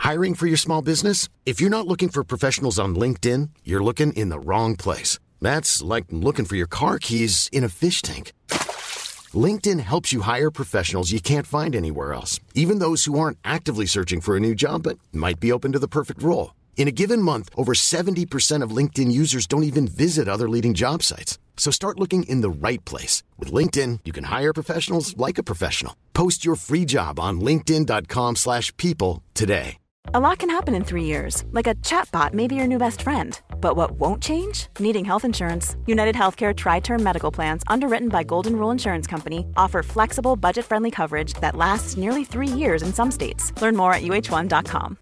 Hiring for your small business? If you're not looking for professionals on LinkedIn, you're looking in the wrong place. That's like looking for your car keys in a fish tank. LinkedIn helps you hire professionals you can't find anywhere else, even those who aren't actively searching for a new job but might be open to the perfect role. In a given month, over 70% of LinkedIn users don't even visit other leading job sites. So start looking in the right place. With LinkedIn, you can hire professionals like a professional. Post your free job on linkedin.com/people today. A lot can happen in 3 years, like a chatbot may be your new best friend. But what won't change? Needing health insurance. United Healthcare Tri-Term Medical Plans, underwritten by Golden Rule Insurance Company, offer flexible, budget-friendly coverage that lasts nearly 3 years in some states. Learn more at uh1.com.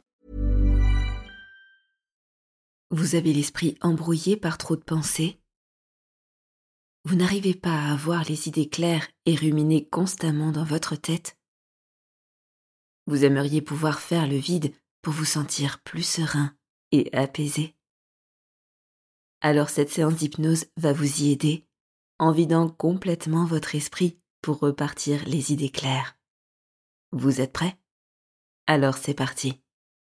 Vous avez l'esprit embrouillé par trop de pensées? Vous n'arrivez pas à avoir les idées claires et ruminer constamment dans votre tête? Vous aimeriez pouvoir faire le vide pour vous sentir plus serein et apaisé? Alors cette séance d'hypnose va vous y aider en vidant complètement votre esprit pour repartir les idées claires. Vous êtes prêts? Alors c'est parti.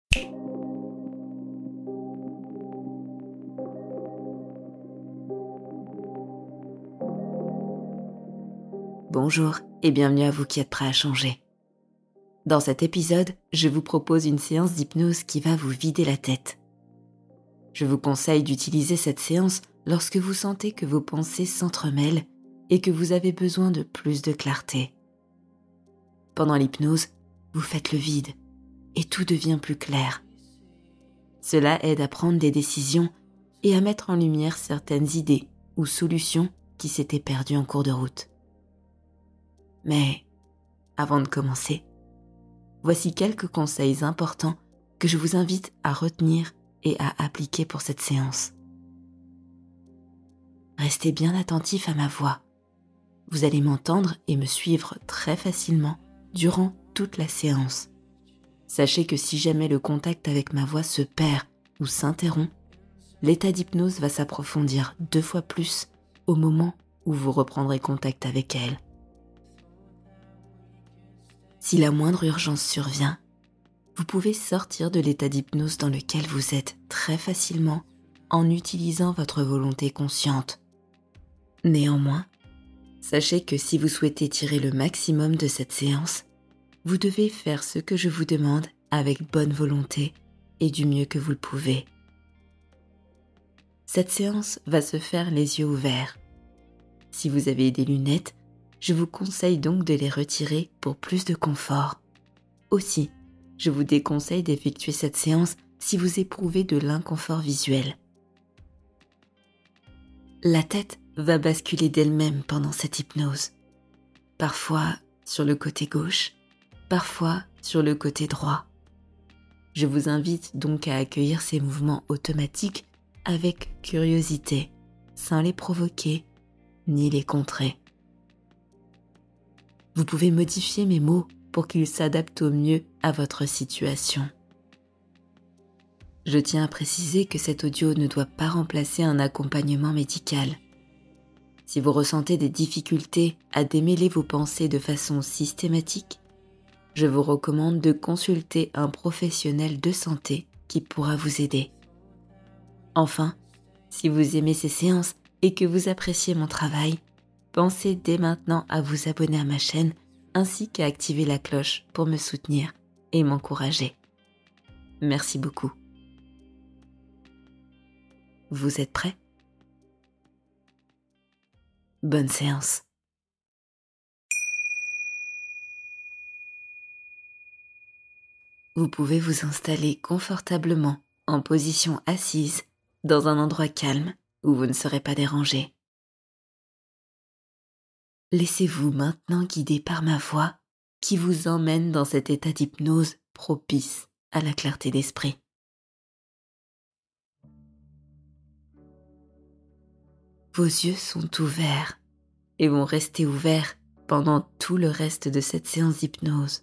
Bonjour et bienvenue à vous qui êtes prêts à changer. Dans cet épisode, je vous propose une séance d'hypnose qui va vous vider la tête. Je vous conseille d'utiliser cette séance lorsque vous sentez que vos pensées s'entremêlent et que vous avez besoin de plus de clarté. Pendant l'hypnose, vous faites le vide et tout devient plus clair. Cela aide à prendre des décisions et à mettre en lumière certaines idées ou solutions qui s'étaient perdues en cours de route. Mais avant de commencer, voici quelques conseils importants que je vous invite à retenir et à appliquer pour cette séance. Restez bien attentif à ma voix. Vous allez m'entendre et me suivre très facilement durant toute la séance. Sachez que si jamais le contact avec ma voix se perd ou s'interrompt, l'état d'hypnose va s'approfondir 2 fois plus au moment où vous reprendrez contact avec elle. Si la moindre urgence survient, vous pouvez sortir de l'état d'hypnose dans lequel vous êtes très facilement en utilisant votre volonté consciente. Néanmoins, sachez que si vous souhaitez tirer le maximum de cette séance, vous devez faire ce que je vous demande avec bonne volonté et du mieux que vous le pouvez. Cette séance va se faire les yeux ouverts. Si vous avez des lunettes, je vous conseille donc de les retirer pour plus de confort. Aussi, je vous déconseille d'effectuer cette séance si vous éprouvez de l'inconfort visuel. La tête va basculer d'elle-même pendant cette hypnose. Parfois sur le côté gauche, parfois sur le côté droit. Je vous invite donc à accueillir ces mouvements automatiques avec curiosité, sans les provoquer ni les contrer. Vous pouvez modifier mes mots pour qu'ils s'adaptent au mieux à votre situation. Je tiens à préciser que cet audio ne doit pas remplacer un accompagnement médical. Si vous ressentez des difficultés à démêler vos pensées de façon systématique, je vous recommande de consulter un professionnel de santé qui pourra vous aider. Enfin, si vous aimez ces séances et que vous appréciez mon travail, pensez dès maintenant à vous abonner à ma chaîne ainsi qu'à activer la cloche pour me soutenir et m'encourager. Merci beaucoup. Vous êtes prêts? Bonne séance. Vous pouvez vous installer confortablement en position assise dans un endroit calme où vous ne serez pas dérangé. Laissez-vous maintenant guider par ma voix qui vous emmène dans cet état d'hypnose propice à la clarté d'esprit. Vos yeux sont ouverts et vont rester ouverts pendant tout le reste de cette séance d'hypnose.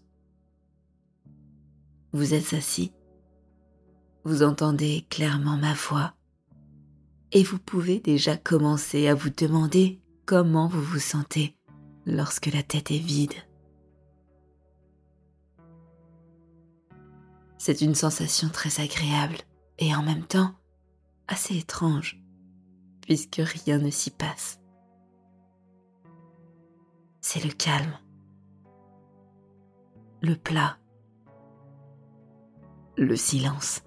Vous êtes assis, vous entendez clairement ma voix et vous pouvez déjà commencer à vous demander comment vous vous sentez lorsque la tête est vide. C'est une sensation très agréable et en même temps assez étrange, puisque rien ne s'y passe. C'est le calme, le plat, le silence.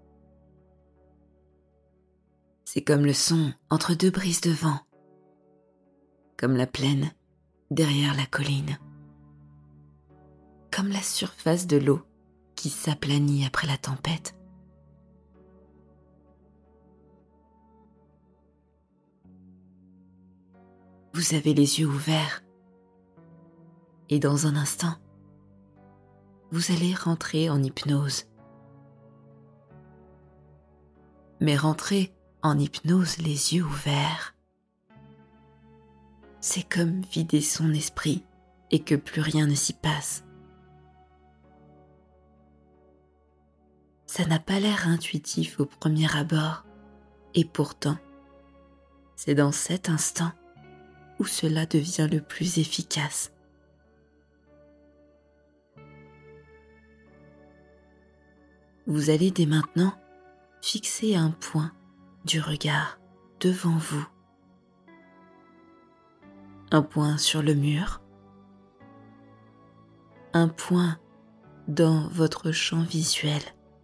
C'est comme le son entre deux brises de vent, comme la plaine derrière la colline, comme la surface de l'eau qui s'aplanit après la tempête. Vous avez les yeux ouverts et dans un instant, vous allez rentrer en hypnose. Mais rentrer en hypnose les yeux ouverts, c'est comme vider son esprit et que plus rien ne s'y passe. Ça n'a pas l'air intuitif au premier abord, et pourtant, c'est dans cet instant où cela devient le plus efficace. Vous allez dès maintenant fixer un point du regard devant vous. Un point sur le mur. Un point dans votre champ visuel.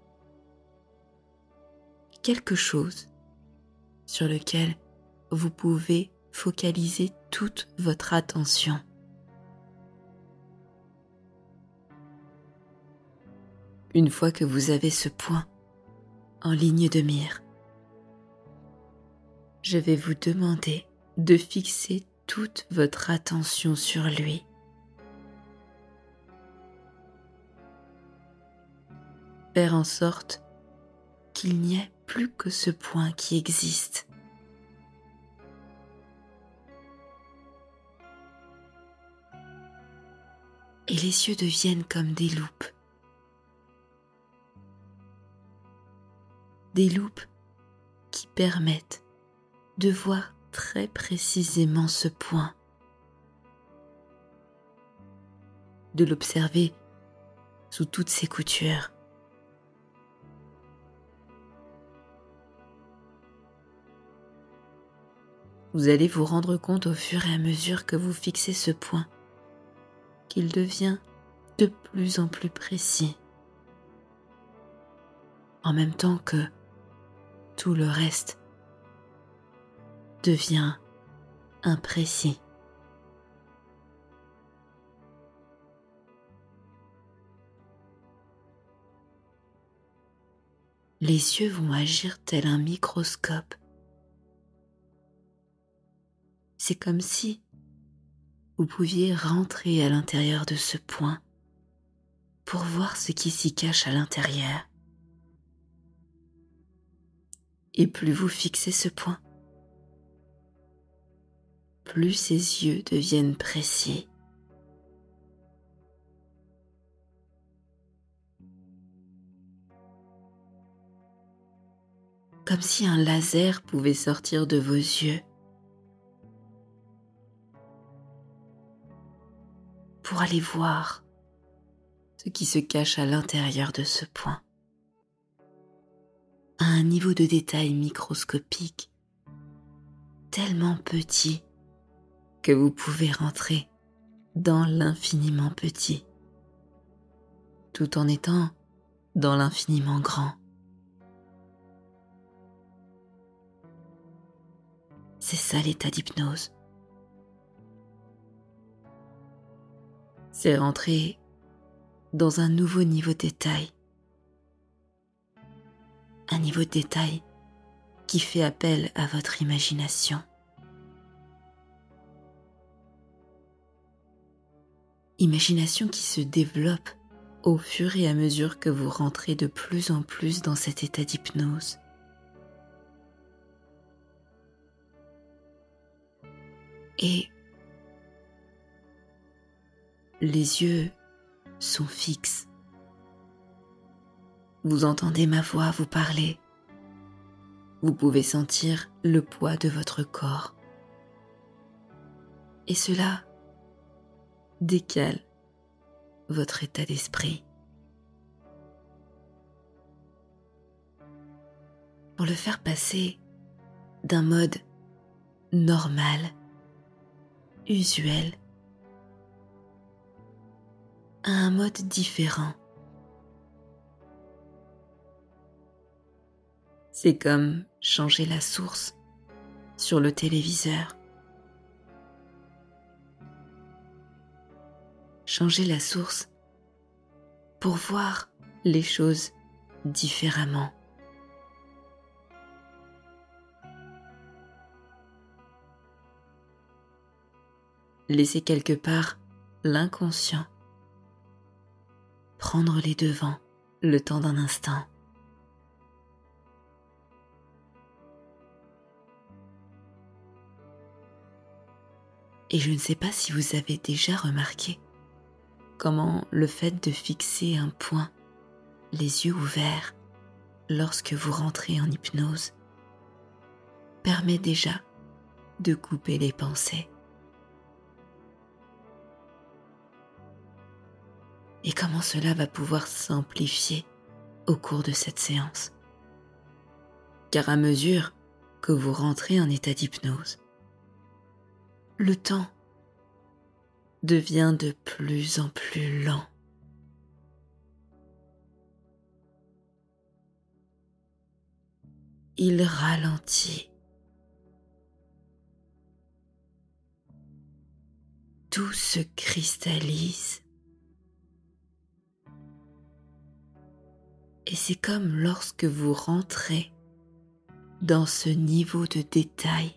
Quelque chose sur lequel vous pouvez focaliser toute votre attention. Une fois que vous avez ce point en ligne de mire, je vais vous demander de fixer toute votre attention sur lui. Faire en sorte qu'il n'y ait plus que ce point qui existe. Et les yeux deviennent comme des loupes. Des loupes qui permettent de voir très précisément ce point, de l'observer sous toutes ses coutures. Vous allez vous rendre compte au fur et à mesure que vous fixez ce point qu'il devient de plus en plus précis, en même temps que tout le reste devient imprécis. Les yeux vont agir tel un microscope. C'est comme si vous pouviez rentrer à l'intérieur de ce point pour voir ce qui s'y cache à l'intérieur. Et plus vous fixez ce point, plus ses yeux deviennent précis. Comme si un laser pouvait sortir de vos yeux pour aller voir ce qui se cache à l'intérieur de ce point, à un niveau de détail microscopique tellement petit que vous pouvez rentrer dans l'infiniment petit, tout en étant dans l'infiniment grand. C'est ça l'état d'hypnose. C'est rentrer dans un nouveau niveau de détail. Un niveau de détail qui fait appel à votre imagination. Imagination qui se développe au fur et à mesure que vous rentrez de plus en plus dans cet état d'hypnose. Et les yeux sont fixes. Vous entendez ma voix vous parler. Vous pouvez sentir le poids de votre corps. Et cela décale votre état d'esprit. pour le faire passer d'un mode normal, usuel, à un mode différent. C'est comme changer la source sur le téléviseur. Changer la source pour voir les choses différemment. Laissez quelque part l'inconscient prendre les devants le temps d'un instant. Et je ne sais pas si vous avez déjà remarqué comment le fait de fixer un point, les yeux ouverts, lorsque vous rentrez en hypnose, permet déjà de couper les pensées. Et comment cela va pouvoir s'amplifier au cours de cette séance. Car à mesure que vous rentrez en état d'hypnose, le temps devient de plus en plus lent. Il ralentit. Tout se cristallise. Et c'est comme lorsque vous rentrez dans ce niveau de détail.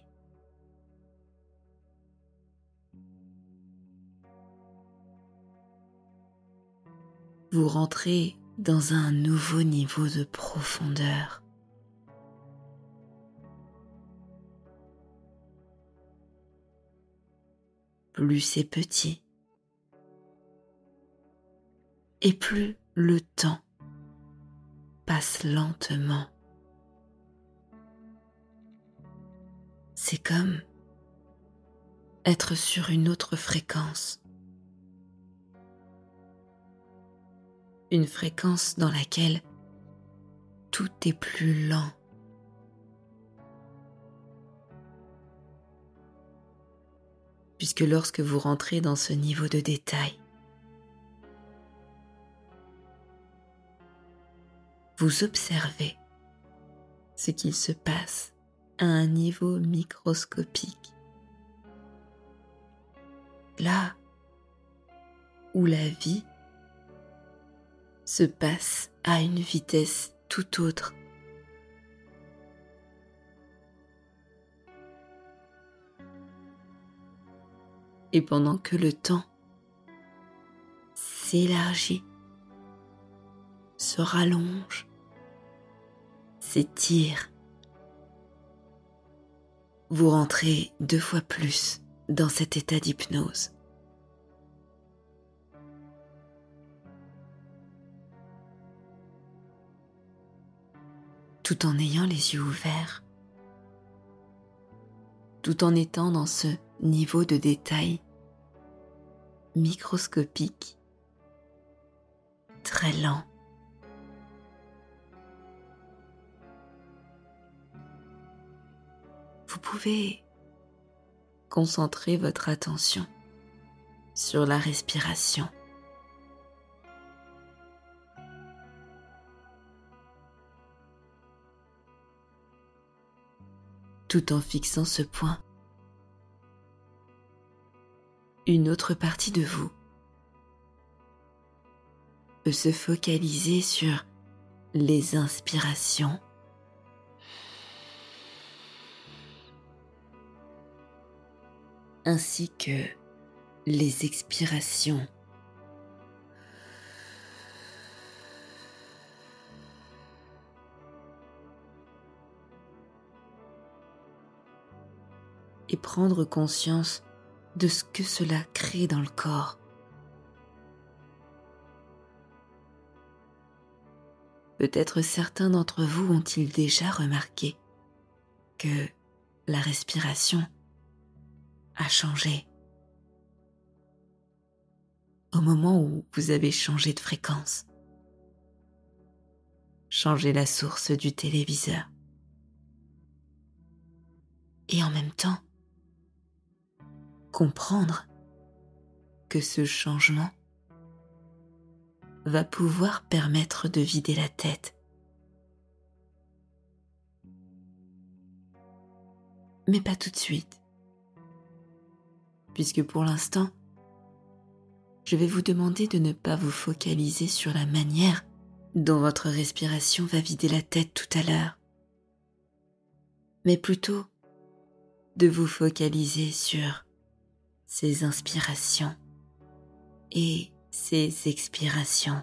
Vous rentrez dans un nouveau niveau de profondeur. Plus c'est petit, et plus le temps passe lentement. C'est comme être sur une autre fréquence. Une fréquence dans laquelle tout est plus lent. Puisque lorsque vous rentrez dans ce niveau de détail, vous observez ce qu'il se passe à un niveau microscopique. Là où la vie se passe à une vitesse tout autre. Et pendant que le temps s'élargit, se rallonge, s'étire, vous rentrez 2 fois plus dans cet état d'hypnose. Tout en ayant les yeux ouverts, tout en étant dans ce niveau de détail microscopique, très lent. Vous pouvez concentrer votre attention sur la respiration. Tout en fixant ce point, une autre partie de vous peut se focaliser sur les inspirations ainsi que les expirations. Et prendre conscience de ce que cela crée dans le corps. Peut-être certains d'entre vous ont-ils déjà remarqué que la respiration a changé au moment où vous avez changé de fréquence. changer la source du téléviseur. Et en même temps, comprendre que ce changement va pouvoir permettre de vider la tête. Mais pas tout de suite, puisque pour l'instant, je vais vous demander de ne pas vous focaliser sur la manière dont votre respiration va vider la tête tout à l'heure, mais plutôt de vous focaliser sur ces inspirations et ces expirations.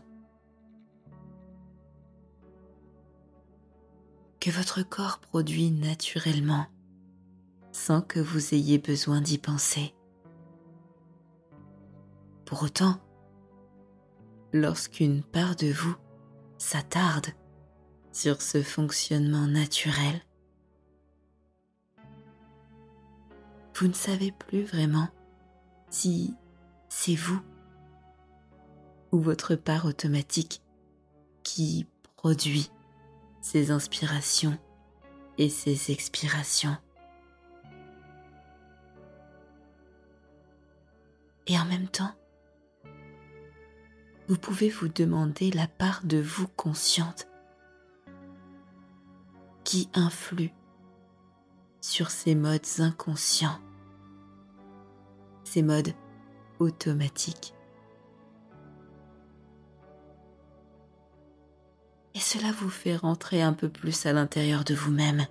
Que votre corps produit naturellement, sans que vous ayez besoin d'y penser. Pour autant, lorsqu'une part de vous s'attarde sur ce fonctionnement naturel, vous ne savez plus vraiment si c'est vous ou votre part automatique qui produit ces inspirations et ces expirations. Et en même temps, vous pouvez vous demander la part de vous consciente qui influe sur ces modes inconscients, ces modes automatiques. Et cela vous fait rentrer un peu plus à l'intérieur de vous-même,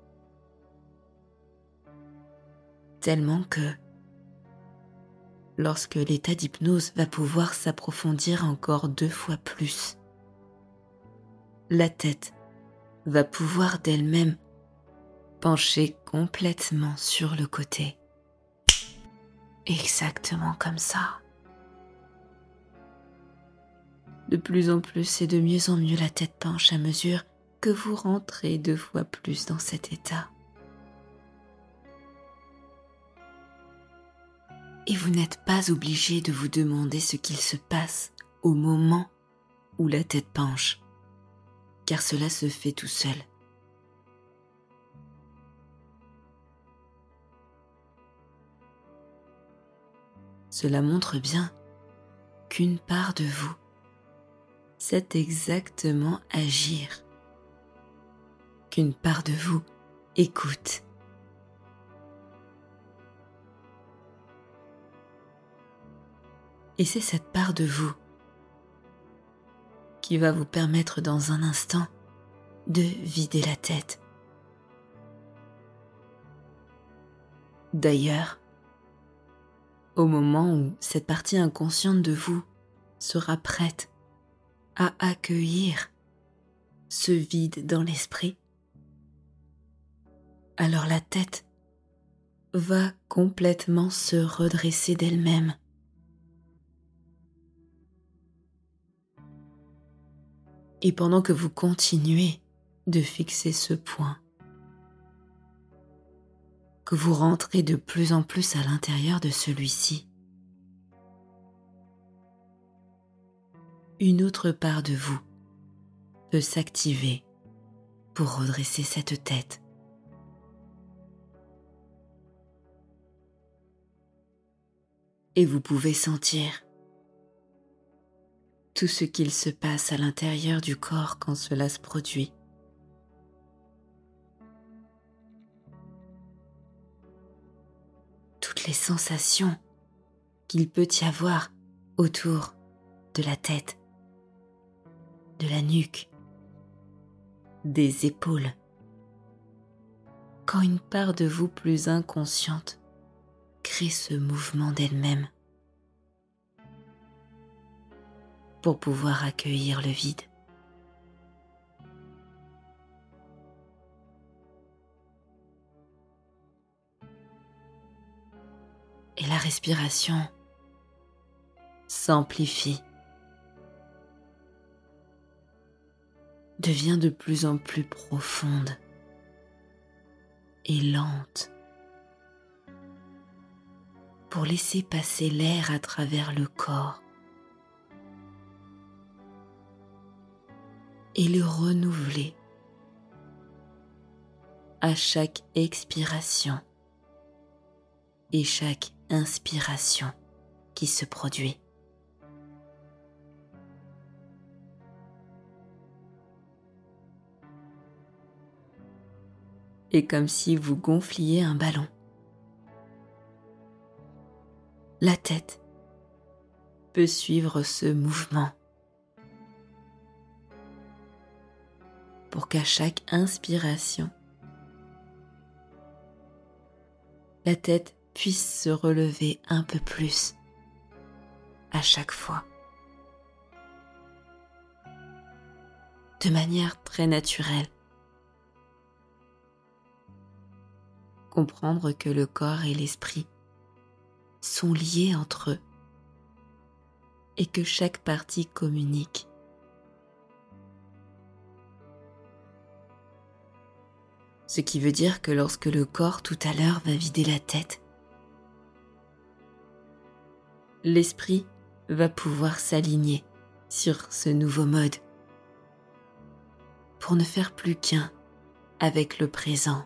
tellement que lorsque l'état d'hypnose va pouvoir s'approfondir encore 2 fois plus, la tête va pouvoir d'elle-même pencher complètement sur le côté. Exactement comme ça. De plus en plus et de mieux en mieux, la tête penche à mesure que vous rentrez 2 fois plus dans cet état. Et vous n'êtes pas obligé de vous demander ce qu'il se passe au moment où la tête penche, car cela se fait tout seul. Cela montre bien qu'une part de vous sait exactement agir, qu'une part de vous écoute. Et c'est cette part de vous qui va vous permettre dans un instant de vider la tête. D'ailleurs, au moment où cette partie inconsciente de vous sera prête à accueillir ce vide dans l'esprit, alors la tête va complètement se redresser d'elle-même. Et pendant que vous continuez de fixer ce point, que vous rentrez de plus en plus à l'intérieur de celui-ci, une autre part de vous peut s'activer pour redresser cette tête. Et vous pouvez sentir tout ce qu'il se passe à l'intérieur du corps quand cela se produit. Toutes les sensations qu'il peut y avoir autour de la tête, de la nuque, des épaules. Quand une part de vous plus inconsciente crée ce mouvement d'elle-même pour pouvoir accueillir le vide. Et la respiration s'amplifie, devient de plus en plus profonde et lente pour laisser passer l'air à travers le corps et le renouveler à chaque expiration et chaque inspiration qui se produit. Et comme si vous gonfliez un ballon. La tête peut suivre ce mouvement pour qu'à chaque inspiration, la tête puisse se relever un peu plus à chaque fois, de manière très naturelle. Comprendre que le corps et l'esprit sont liés entre eux et que chaque partie communique. Ce qui veut dire que lorsque le corps tout à l'heure va vider la tête, l'esprit va pouvoir s'aligner sur ce nouveau mode pour ne faire plus qu'un avec le présent.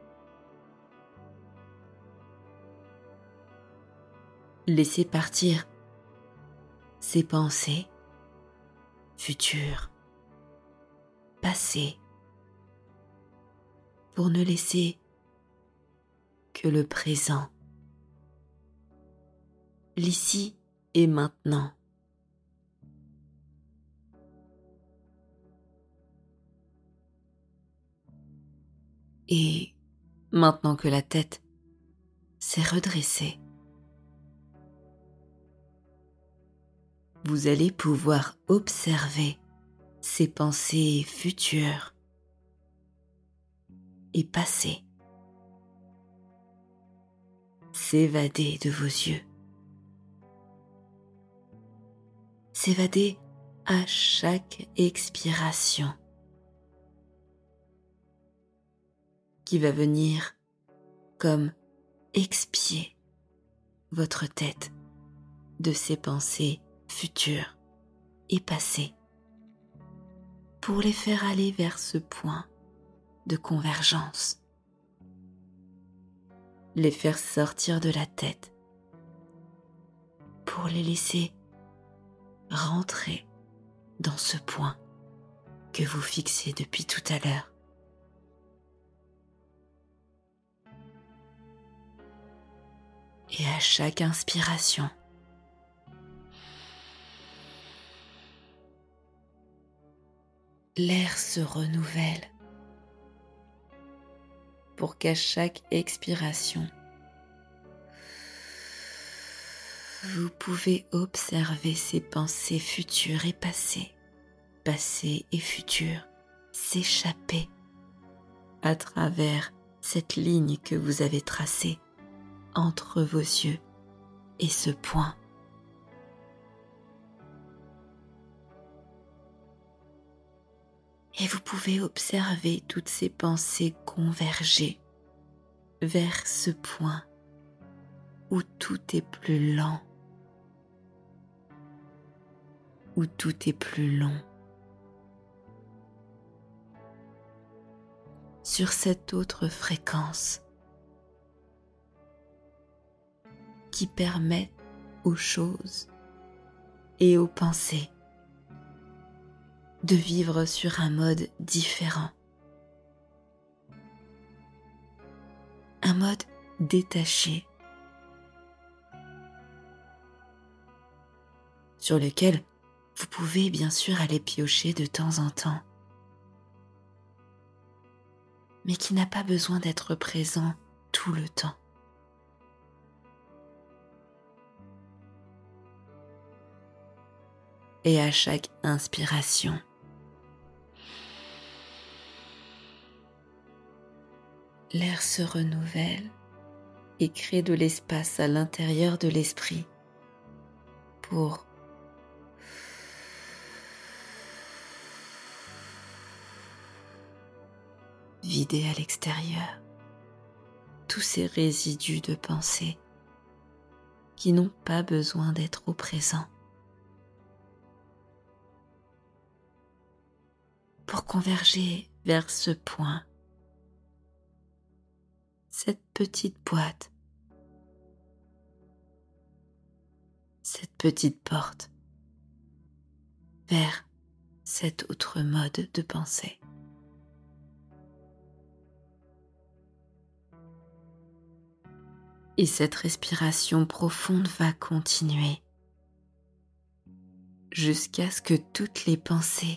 Laissez partir ces pensées futures, passées, pour ne laisser que le présent, l'ici et maintenant. Et maintenant que la tête s'est redressée, vous allez pouvoir observer ces pensées futures et passées s'évader de vos yeux, s'évader à chaque expiration qui va venir comme expier votre tête de ces pensées futures et passées pour les faire aller vers ce point de convergence, les faire sortir de la tête pour les laisser rentrer dans ce point que vous fixez depuis tout à l'heure. Et à chaque inspiration, l'air se renouvelle pour qu'à chaque expiration, vous pouvez observer ces pensées futures et passées et futures, s'échapper à travers cette ligne que vous avez tracée entre vos yeux et ce point. Et vous pouvez observer toutes ces pensées converger vers ce point où tout est plus lent, où tout est plus long. Sur cette autre fréquence qui permet aux choses et aux pensées de vivre sur un mode différent, un mode détaché, sur lequel vous pouvez bien sûr aller piocher de temps en temps, mais qui n'a pas besoin d'être présent tout le temps. Et à chaque inspiration, l'air se renouvelle et crée de l'espace à l'intérieur de l'esprit pour vider à l'extérieur tous ces résidus de pensée qui n'ont pas besoin d'être au présent. pour converger vers ce point, cette petite boîte, cette petite porte vers cet autre mode de pensée. Et cette respiration profonde va continuer jusqu'à ce que toutes les pensées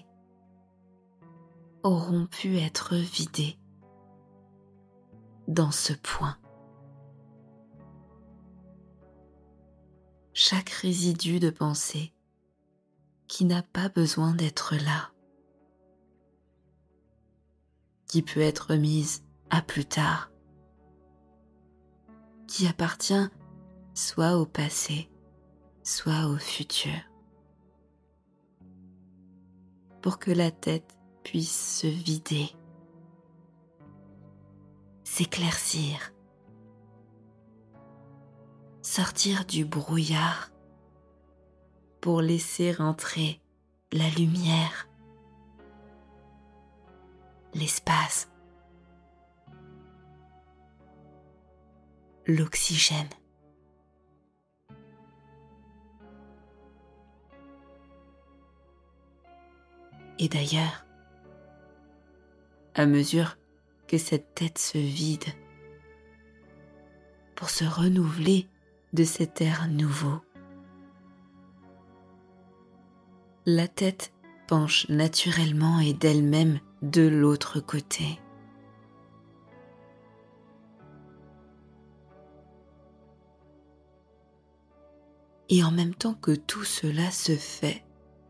auront pu être vidées dans ce point. Chaque résidu de pensée qui n'a pas besoin d'être là, qui peut être mise à plus tard, qui appartient soit au passé, soit au futur, pour que la tête puisse se vider, s'éclaircir, sortir du brouillard pour laisser entrer la lumière, l'espace, l'oxygène. Et d'ailleurs, à mesure que cette tête se vide pour se renouveler de cet air nouveau, la tête penche naturellement et d'elle-même de l'autre côté. Et en même temps que tout cela se fait,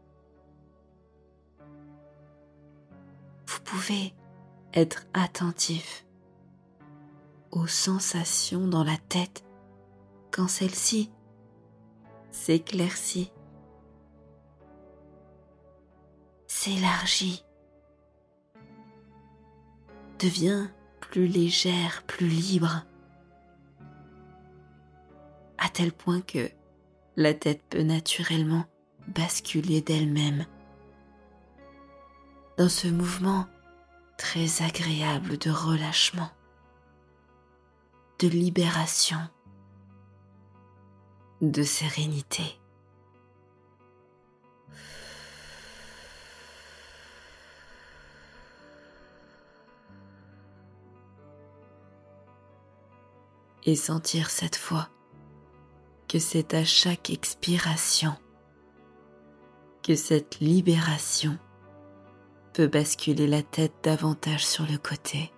vous pouvez être attentif aux sensations dans la tête quand celle-ci s'éclaircit, s'élargit, devient plus légère, plus libre, à tel point que la tête peut naturellement basculer d'elle-même dans ce mouvement très agréable de relâchement, de libération, de sérénité. Et sentir cette fois que c'est à chaque expiration que cette libération peut basculer la tête davantage sur le côté.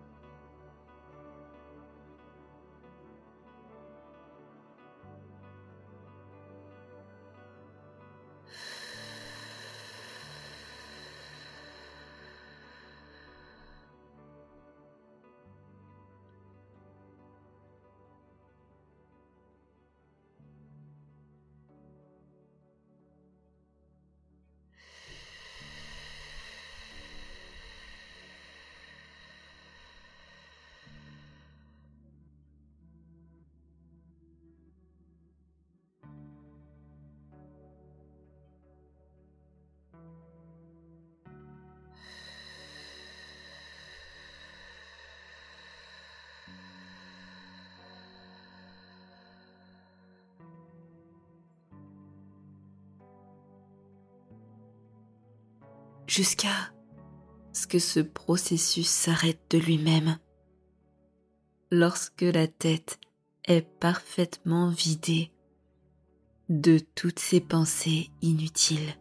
Jusqu'à ce que ce processus s'arrête de lui-même, lorsque la tête est parfaitement vidée de toutes ces pensées inutiles,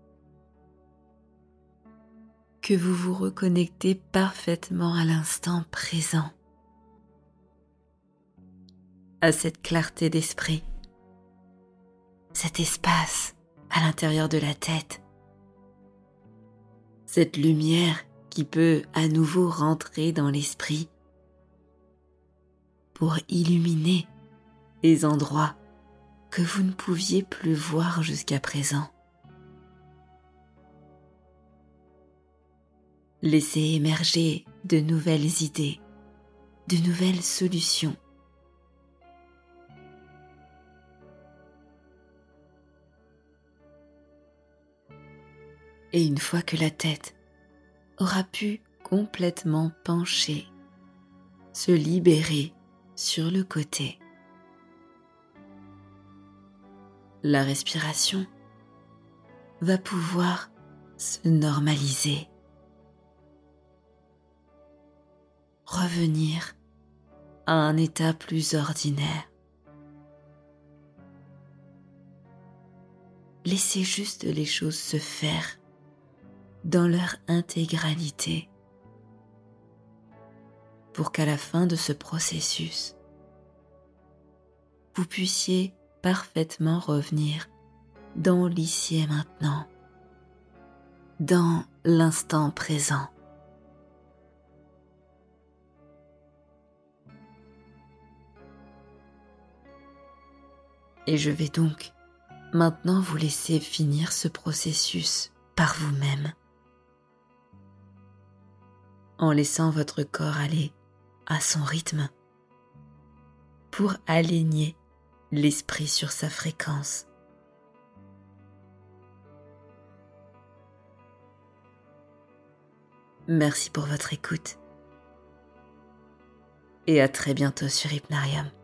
que vous vous reconnectez parfaitement à l'instant présent, à cette clarté d'esprit, cet espace à l'intérieur de la tête, cette lumière qui peut à nouveau rentrer dans l'esprit pour illuminer les endroits que vous ne pouviez plus voir jusqu'à présent. Laissez émerger de nouvelles idées, de nouvelles solutions. Et une fois que la tête aura pu complètement pencher, se libérer sur le côté. La respiration va pouvoir se normaliser, revenir à un état plus ordinaire. Laissez juste les choses se faire dans leur intégralité pour qu'à la fin de ce processus, vous puissiez parfaitement revenir dans l'ici et maintenant, dans l'instant présent. Et je vais donc maintenant vous laisser finir ce processus par vous-même, en laissant votre corps aller à son rythme pour aligner l'esprit sur sa fréquence. Merci pour votre écoute et à très bientôt sur Hypnarium.